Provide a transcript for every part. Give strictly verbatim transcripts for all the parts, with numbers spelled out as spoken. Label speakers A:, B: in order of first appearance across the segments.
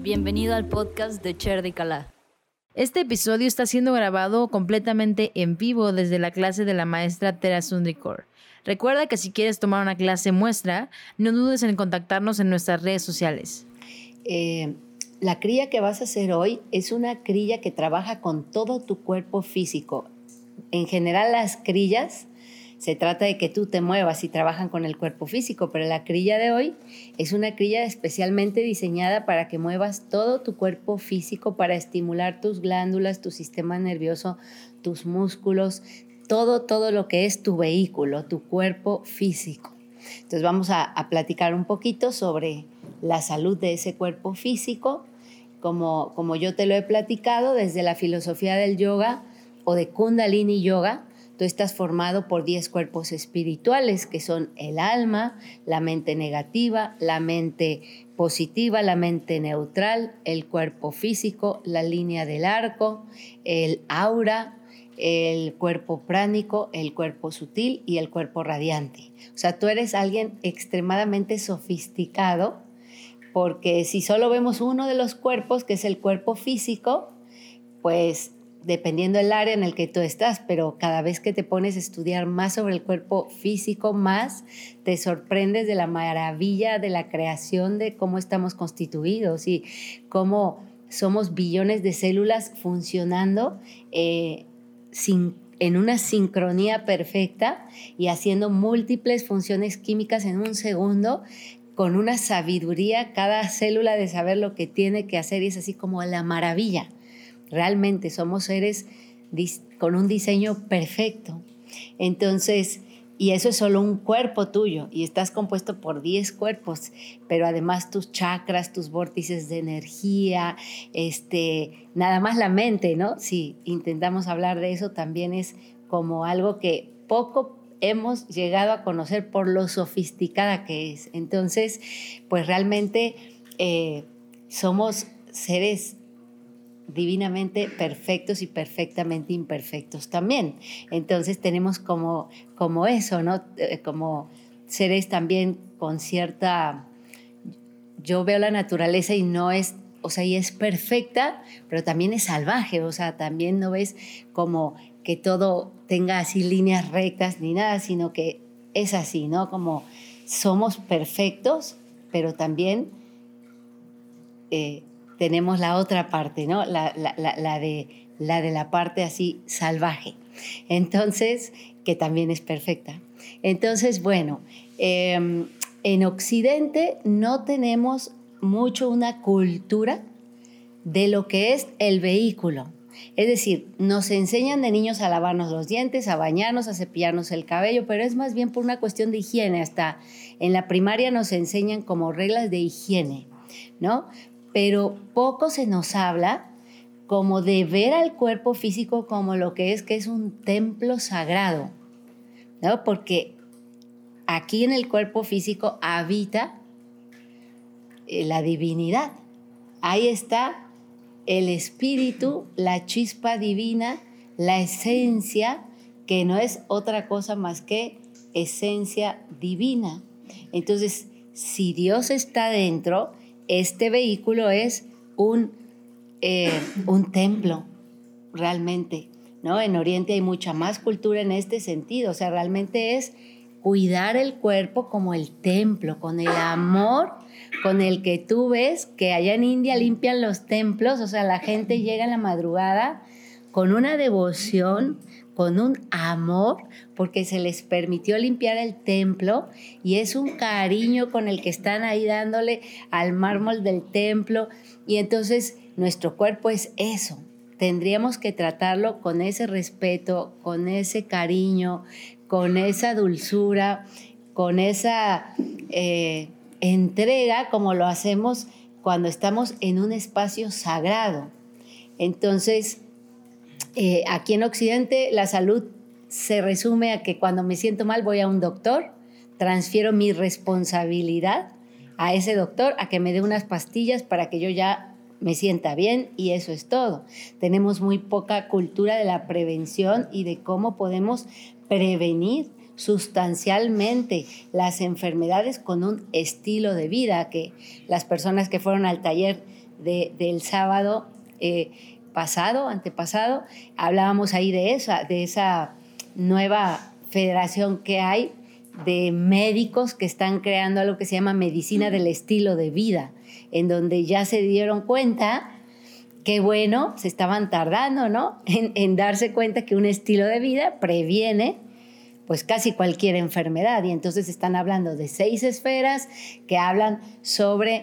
A: Bienvenido al podcast de Cher de Calá.
B: Este episodio está siendo grabado completamente en vivo desde la clase de la maestra Tera Sundrikor. Recuerda que si quieres tomar una clase muestra, no dudes en contactarnos en nuestras redes sociales.
C: Eh, la cría que vas a hacer hoy es una cría que trabaja con todo tu cuerpo físico. En general, las crillas se trata de que tú te muevas y trabajan con el cuerpo físico, pero la crilla de hoy es una crilla especialmente diseñada para que muevas todo tu cuerpo físico, para estimular tus glándulas, tu sistema nervioso, tus músculos, todo, todo lo que es tu vehículo, tu cuerpo físico. Entonces vamos a, a platicar un poquito sobre la salud de ese cuerpo físico, como, como yo te lo he platicado desde la filosofía del yoga o de Kundalini Yoga. Tú estás formado por diez cuerpos espirituales, que son el alma, la mente negativa, la mente positiva, la mente neutral, el cuerpo físico, la línea del arco, el aura, el cuerpo pránico, el cuerpo sutil y el cuerpo radiante. O sea, tú eres alguien extremadamente sofisticado, porque si solo vemos uno de los cuerpos, que es el cuerpo físico, pues dependiendo del área en el que tú estás, pero cada vez que te pones a estudiar más sobre el cuerpo físico, más te sorprendes de la maravilla de la creación, de cómo estamos constituidos y cómo somos billones de células funcionando eh, sin, en una sincronía perfecta y haciendo múltiples funciones químicas en un segundo, con una sabiduría, cada célula de saber lo que tiene que hacer, y es así como la maravilla. Realmente somos seres dis- con un diseño perfecto. Entonces, y eso es solo un cuerpo tuyo, y estás compuesto por diez cuerpos, pero además tus chakras, tus vórtices de energía, este, nada más la mente, ¿no? Si intentamos hablar de eso, también es como algo que poco hemos llegado a conocer por lo sofisticada que es. Entonces, pues realmente eh, somos seres divinamente perfectos y perfectamente imperfectos también. Entonces tenemos como, como eso, ¿no? Como seres también con cierta... Yo veo la naturaleza y no es... O sea, y es perfecta, pero también es salvaje. O sea, también no ves como que todo tenga así líneas rectas ni nada, sino que es así, ¿no? Como somos perfectos, pero también... Eh, tenemos la otra parte, ¿no? La, la, la, la, de, la de la parte así salvaje. Entonces, que también es perfecta. Entonces, bueno, eh, en Occidente no tenemos mucho una cultura de lo que es el vehículo. Es decir, nos enseñan de niños a lavarnos los dientes, a bañarnos, a cepillarnos el cabello, pero es más bien por una cuestión de higiene. Hasta en la primaria nos enseñan como reglas de higiene, ¿no? Pero poco se nos habla como de ver al cuerpo físico como lo que es, que es un templo sagrado, ¿no? Porque aquí en el cuerpo físico habita eh, la divinidad. Ahí está el espíritu, la chispa divina, la esencia, que no es otra cosa más que esencia divina. Entonces, si Dios está dentro, este vehículo es un, eh, un templo, realmente, ¿no? En Oriente hay mucha más cultura en este sentido. O sea, realmente es cuidar el cuerpo como el templo, con el amor con el que tú ves que allá en India limpian los templos. O sea, la gente llega en la madrugada con una devoción, con un amor, porque se les permitió limpiar el templo, y es un cariño con el que están ahí dándole al mármol del templo. Y entonces nuestro cuerpo es eso. Tendríamos que tratarlo con ese respeto, con ese cariño, con esa dulzura, con esa eh, entrega, como lo hacemos cuando estamos en un espacio sagrado. Entonces, Eh, aquí en Occidente la salud se resume a que cuando me siento mal voy a un doctor, transfiero mi responsabilidad a ese doctor a que me dé unas pastillas para que yo ya me sienta bien, y eso es todo. Tenemos muy poca cultura de la prevención y de cómo podemos prevenir sustancialmente las enfermedades con un estilo de vida, que las personas que fueron al taller de, del sábado eh, pasado, antepasado, hablábamos ahí de esa, de esa nueva federación que hay de médicos que están creando algo que se llama medicina del estilo de vida, en donde ya se dieron cuenta que, bueno, se estaban tardando, ¿no?, en, en darse cuenta que un estilo de vida previene pues casi cualquier enfermedad. Y entonces están hablando de seis esferas que hablan sobre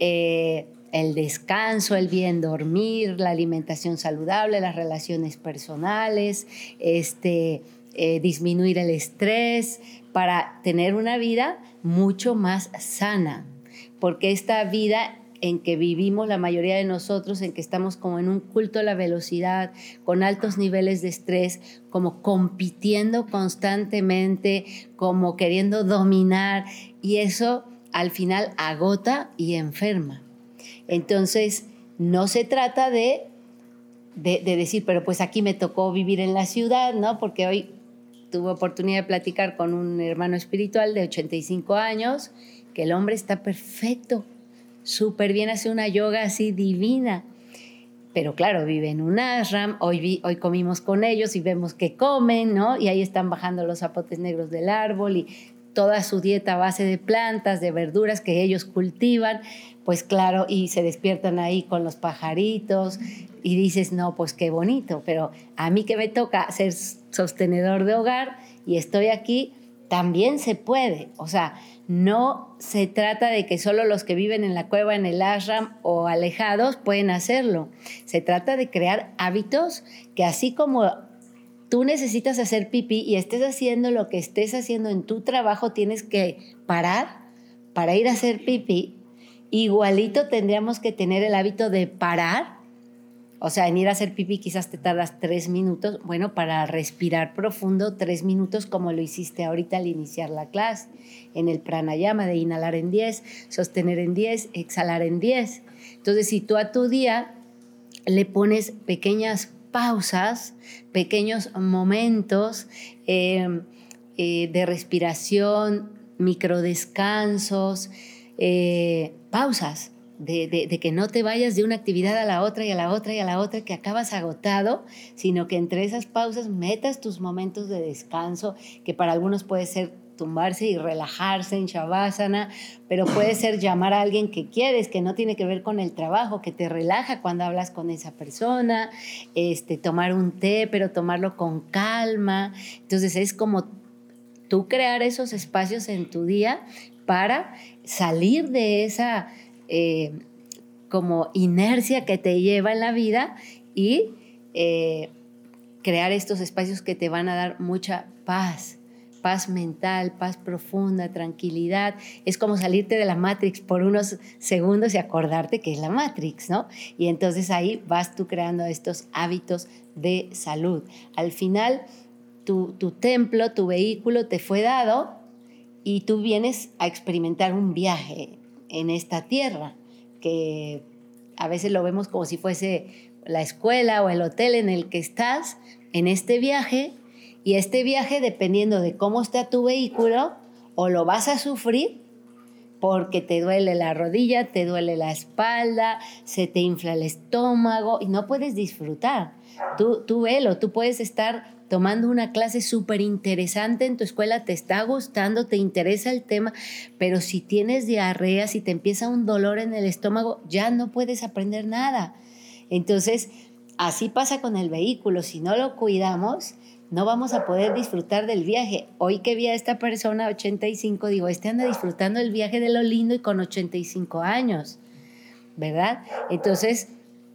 C: eh, el descanso, el bien dormir, la alimentación saludable, las relaciones personales, este, eh, disminuir el estrés, para tener una vida mucho más sana. Porque esta vida en que vivimos la mayoría de nosotros, en que estamos como en un culto a la velocidad, con altos niveles de estrés, como compitiendo constantemente, como queriendo dominar, y eso al final agota y enferma. Entonces, no se trata de, de, de decir, pero pues aquí me tocó vivir en la ciudad, ¿no? Porque hoy tuve oportunidad de platicar con un hermano espiritual de ochenta y cinco años, que el hombre está perfecto, súper bien, hace una yoga así divina, pero claro, vive en un ashram. Hoy, vi, hoy comimos con ellos y vemos que comen, ¿no? Y ahí están bajando los zapotes negros del árbol y toda su dieta a base de plantas, de verduras que ellos cultivan, pues claro, y se despiertan ahí con los pajaritos y dices, no, pues qué bonito, pero a mí que me toca ser sostenedor de hogar y estoy aquí, también se puede. O sea, no se trata de que solo los que viven en la cueva, en el ashram o alejados pueden hacerlo. Se trata de crear hábitos que, así como tú necesitas hacer pipí y estés haciendo lo que estés haciendo en tu trabajo, tienes que parar para ir a hacer pipí, igualito tendríamos que tener el hábito de parar. O sea, en ir a hacer pipí quizás te tardas tres minutos. Bueno, para respirar profundo, tres minutos, como lo hiciste ahorita al iniciar la clase, en el pranayama de inhalar en diez, sostener en diez, exhalar en diez. Entonces, si tú a tu día le pones pequeñas pausas, pequeños momentos eh, eh, de respiración, microdescansos, eh, pausas, De, de, de que no te vayas de una actividad a la otra y a la otra y a la otra, que acabas agotado, sino que entre esas pausas metas tus momentos de descanso, que para algunos puede ser tumbarse y relajarse en Shavasana, pero puede ser llamar a alguien que quieres, que no tiene que ver con el trabajo, que te relaja cuando hablas con esa persona, este, tomar un té, pero tomarlo con calma. Entonces es como tú crear esos espacios en tu día para salir de esa Eh, como inercia que te lleva en la vida y eh, crear estos espacios que te van a dar mucha paz, paz mental, paz profunda, tranquilidad. Es como salirte de la Matrix por unos segundos y acordarte que es la Matrix, ¿no? Y entonces ahí vas tú creando estos hábitos de salud. Al final, tu, tu templo, tu vehículo te fue dado y tú vienes a experimentar un viaje en esta tierra, que a veces lo vemos como si fuese la escuela o el hotel en el que estás en este viaje, y este viaje, dependiendo de cómo está tu vehículo, o lo vas a sufrir porque te duele la rodilla, te duele la espalda, se te infla el estómago y no puedes disfrutar. Tú, tú velo, tú puedes estar tomando una clase súper interesante en tu escuela, te está gustando, te interesa el tema, pero si tienes diarrea, si te empieza un dolor en el estómago, ya no puedes aprender nada. Entonces, así pasa con el vehículo. Si no lo cuidamos, no vamos a poder disfrutar del viaje. Hoy que vi a esta persona, ochenta y cinco, digo, este anda disfrutando el viaje de lo lindo y con ochenta y cinco años, ¿verdad? Entonces,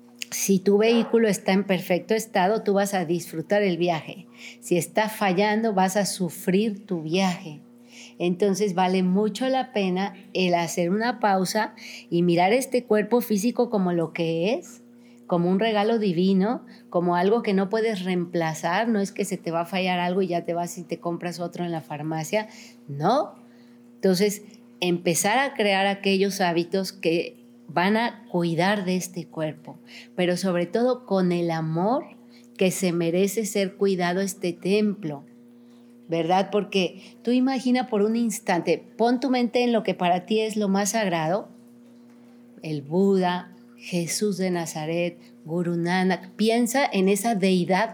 C: si tu vehículo está en perfecto estado, tú vas a disfrutar el viaje. Si está fallando, vas a sufrir tu viaje. Entonces vale mucho la pena el hacer una pausa y mirar este cuerpo físico como lo que es, como un regalo divino, como algo que no puedes reemplazar. No es que se te va a fallar algo y ya te vas y te compras otro en la farmacia. No. Entonces, empezar a crear aquellos hábitos que van a cuidar de este cuerpo, pero sobre todo con el amor que se merece ser cuidado este templo, ¿verdad? Porque tú imagina por un instante, pon tu mente en lo que para ti es lo más sagrado, el Buda, Jesús de Nazaret, Guru Nanak. Piensa en esa deidad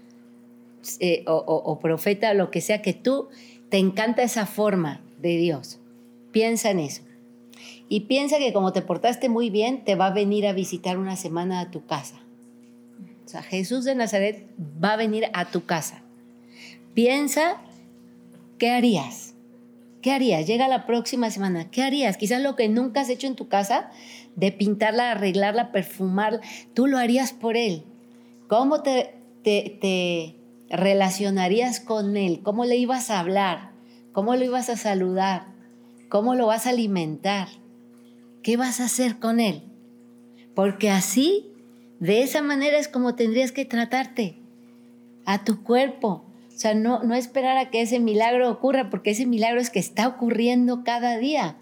C: eh, o, o, o profeta, lo que sea, que tú te encanta esa forma de Dios. Piensa en eso. Y piensa que como te portaste muy bien, te va a venir a visitar una semana a tu casa. O sea, Jesús de Nazaret va a venir a tu casa. Piensa, ¿qué harías? ¿Qué harías? Llega la próxima semana, ¿qué harías? Quizás lo que nunca has hecho en tu casa, de pintarla, arreglarla, perfumarla, tú lo harías por Él. ¿Cómo te, te, te relacionarías con Él? ¿Cómo le ibas a hablar? ¿Cómo lo ibas a saludar? ¿Cómo lo vas a alimentar? ¿Qué vas a hacer con Él? Porque así, de esa manera es como tendrías que tratarte a tu cuerpo. O sea, no, no esperar a que ese milagro ocurra, porque ese milagro es que está ocurriendo cada día.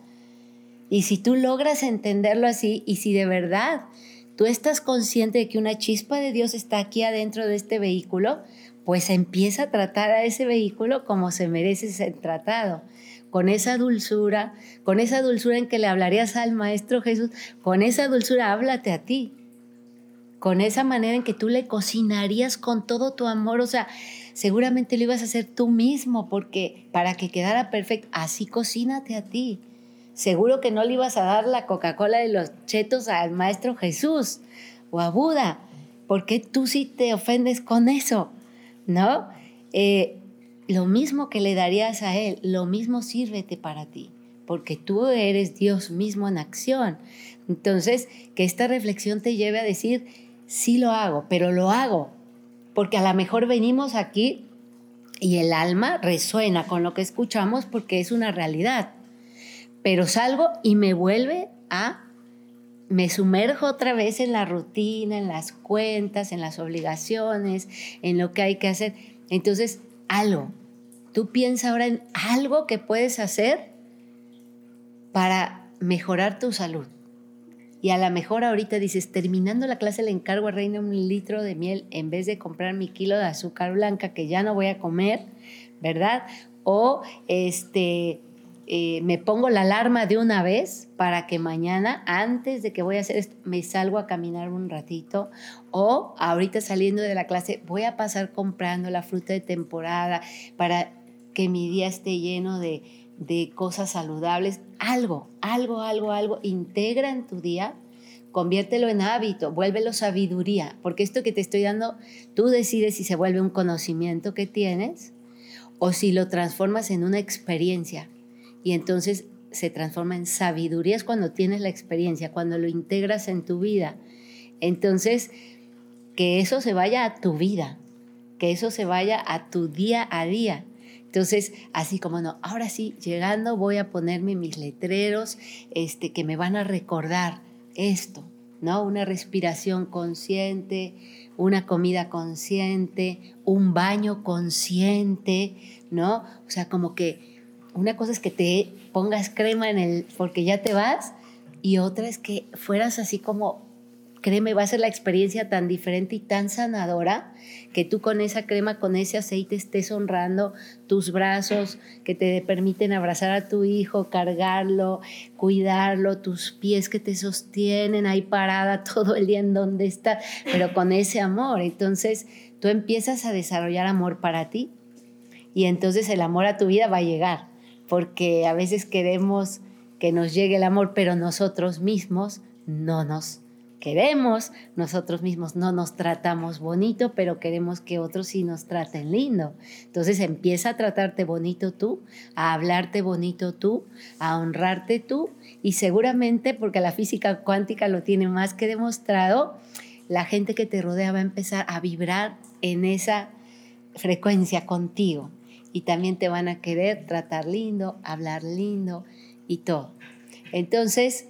C: Y si tú logras entenderlo así, y si de verdad tú estás consciente de que una chispa de Dios está aquí adentro de este vehículo, pues empieza a tratar a ese vehículo como se merece ser tratado. Con esa dulzura, con esa dulzura en que le hablarías al Maestro Jesús, con esa dulzura háblate a ti. Con esa manera en que tú le cocinarías con todo tu amor, o sea, seguramente lo ibas a hacer tú mismo, porque para que quedara perfecto, así cocínate a ti. Seguro que no le ibas a dar la Coca-Cola de los chetos al Maestro Jesús o a Buda, porque tú sí te ofendes con eso, ¿no? Eh, lo mismo que le darías a Él, lo mismo sírvete para ti, porque tú eres Dios mismo en acción. Entonces, que esta reflexión te lleve a decir, sí lo hago, pero lo hago, porque a lo mejor venimos aquí y el alma resuena con lo que escuchamos porque es una realidad. Pero salgo y me vuelve a, me sumerjo otra vez en la rutina, en las cuentas, en las obligaciones, en lo que hay que hacer. Entonces, algo. Tú piensa ahora en algo que puedes hacer para mejorar tu salud. Y a lo mejor ahorita dices, terminando la clase le encargo a Reina un litro de miel en vez de comprar mi kilo de azúcar blanca que ya no voy a comer, ¿verdad? O este... Eh, me pongo la alarma de una vez para que mañana, antes de que voy a hacer esto, me salgo a caminar un ratito, o ahorita saliendo de la clase voy a pasar comprando la fruta de temporada para que mi día esté lleno de, de cosas saludables. Algo, algo, algo, algo, integra en tu día, conviértelo en hábito, vuélvelo sabiduría, porque esto que te estoy dando, tú decides si se vuelve un conocimiento que tienes o si lo transformas en una experiencia. Y entonces se transforma en sabiduría es cuando tienes la experiencia, cuando lo integras en tu vida. Entonces, que eso se vaya a tu vida, que eso se vaya a tu día a día. Entonces, así como no, ahora sí, llegando voy a ponerme mis letreros este, que me van a recordar esto, ¿no? Una respiración consciente, una comida consciente, un baño consciente, ¿no? O sea, como que una cosa es que te pongas crema en el, porque ya te vas, y otra es que fueras así como, créeme, va a ser la experiencia tan diferente y tan sanadora que tú con esa crema, con ese aceite estés honrando tus brazos que te permiten abrazar a tu hijo, cargarlo, cuidarlo, tus pies que te sostienen ahí parada todo el día en donde está, pero con ese amor. Entonces tú empiezas a desarrollar amor para ti y entonces el amor a tu vida va a llegar. Porque a veces queremos que nos llegue el amor, pero nosotros mismos no nos queremos, nosotros mismos no nos tratamos bonito, pero queremos que otros sí nos traten lindo. Entonces empieza a tratarte bonito tú, a hablarte bonito tú, a honrarte tú, y seguramente, porque la física cuántica lo tiene más que demostrado, la gente que te rodea va a empezar a vibrar en esa frecuencia contigo. Y también te van a querer tratar lindo, hablar lindo y todo. Entonces,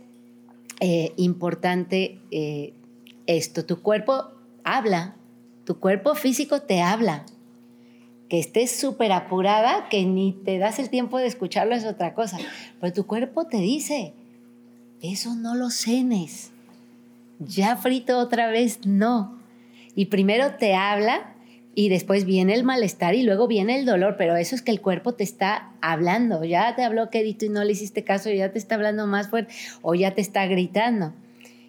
C: eh, importante eh, esto, tu cuerpo habla, tu cuerpo físico te habla. Que estés súper apurada, que ni te das el tiempo de escucharlo es otra cosa. Pero tu cuerpo te dice, eso no lo cenes, ya frito otra vez, no. Y primero te habla, y después viene el malestar y luego viene el dolor, pero eso es que el cuerpo te está hablando. Ya te habló quedito y no le hiciste caso, ya te está hablando más fuerte o ya te está gritando.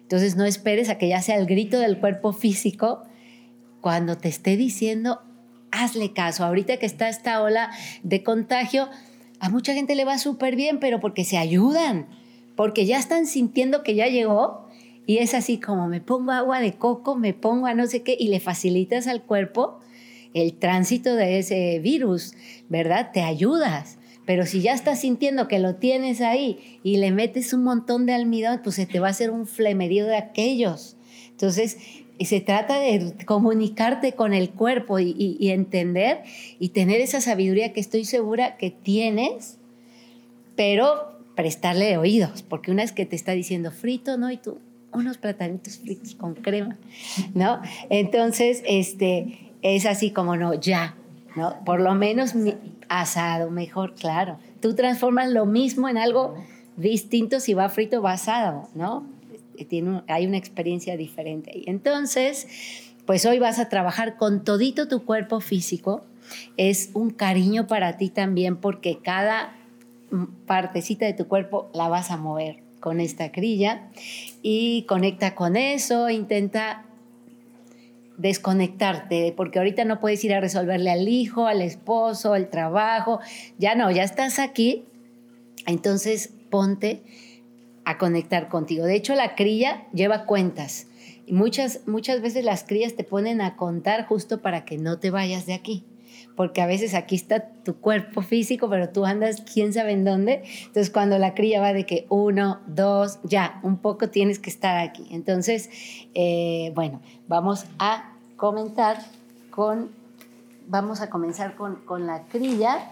C: Entonces no esperes a que ya sea el grito del cuerpo físico cuando te esté diciendo, hazle caso. Ahorita que está esta ola de contagio, a mucha gente le va súper bien, pero porque se ayudan, porque ya están sintiendo que ya llegó y es así como me pongo agua de coco, me pongo a no sé qué y le facilitas al cuerpo el tránsito de ese virus, ¿verdad? Te ayudas. Pero si ya estás sintiendo que lo tienes ahí y le metes un montón de almidón, pues se te va a hacer un flemerío de aquellos. Entonces, se trata de comunicarte con el cuerpo y, y, y entender y tener esa sabiduría que estoy segura que tienes, pero prestarle oídos, porque una vez que te está diciendo frito, ¿no? Y tú, unos platanitos fritos con crema, ¿no? Entonces, este, es así como, no, ya, ¿no? Por lo menos mi, asado, mejor, claro. Tú transformas lo mismo en algo distinto si va frito o va asado, ¿no? Tiene un, hay una experiencia diferente ahí. Entonces, pues hoy vas a trabajar con todito tu cuerpo físico. Es un cariño para ti también porque cada partecita de tu cuerpo la vas a mover con esta crilla y conecta con eso, intenta desconectarte, porque ahorita no puedes ir a resolverle al hijo, al esposo, el trabajo, ya no, ya estás aquí, entonces ponte a conectar contigo. De hecho, la crilla lleva cuentas y muchas, muchas veces las crillas te ponen a contar justo para que no te vayas de aquí, porque a veces aquí está tu cuerpo físico, pero tú andas quién sabe en dónde. Entonces, cuando la crilla va de que uno, dos, ya, un poco tienes que estar aquí. Entonces, eh, bueno, vamos a comentar con, vamos a comenzar con, con la crilla.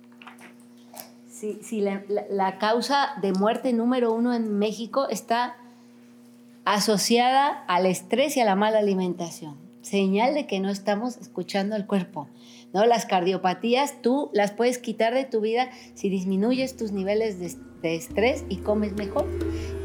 C: Si, si la, la, la causa de muerte número uno en México está asociada al estrés y a la mala alimentación. Señal de que no estamos escuchando al cuerpo, ¿no? Las cardiopatías tú las puedes quitar de tu vida si disminuyes tus niveles de, de estrés y comes mejor.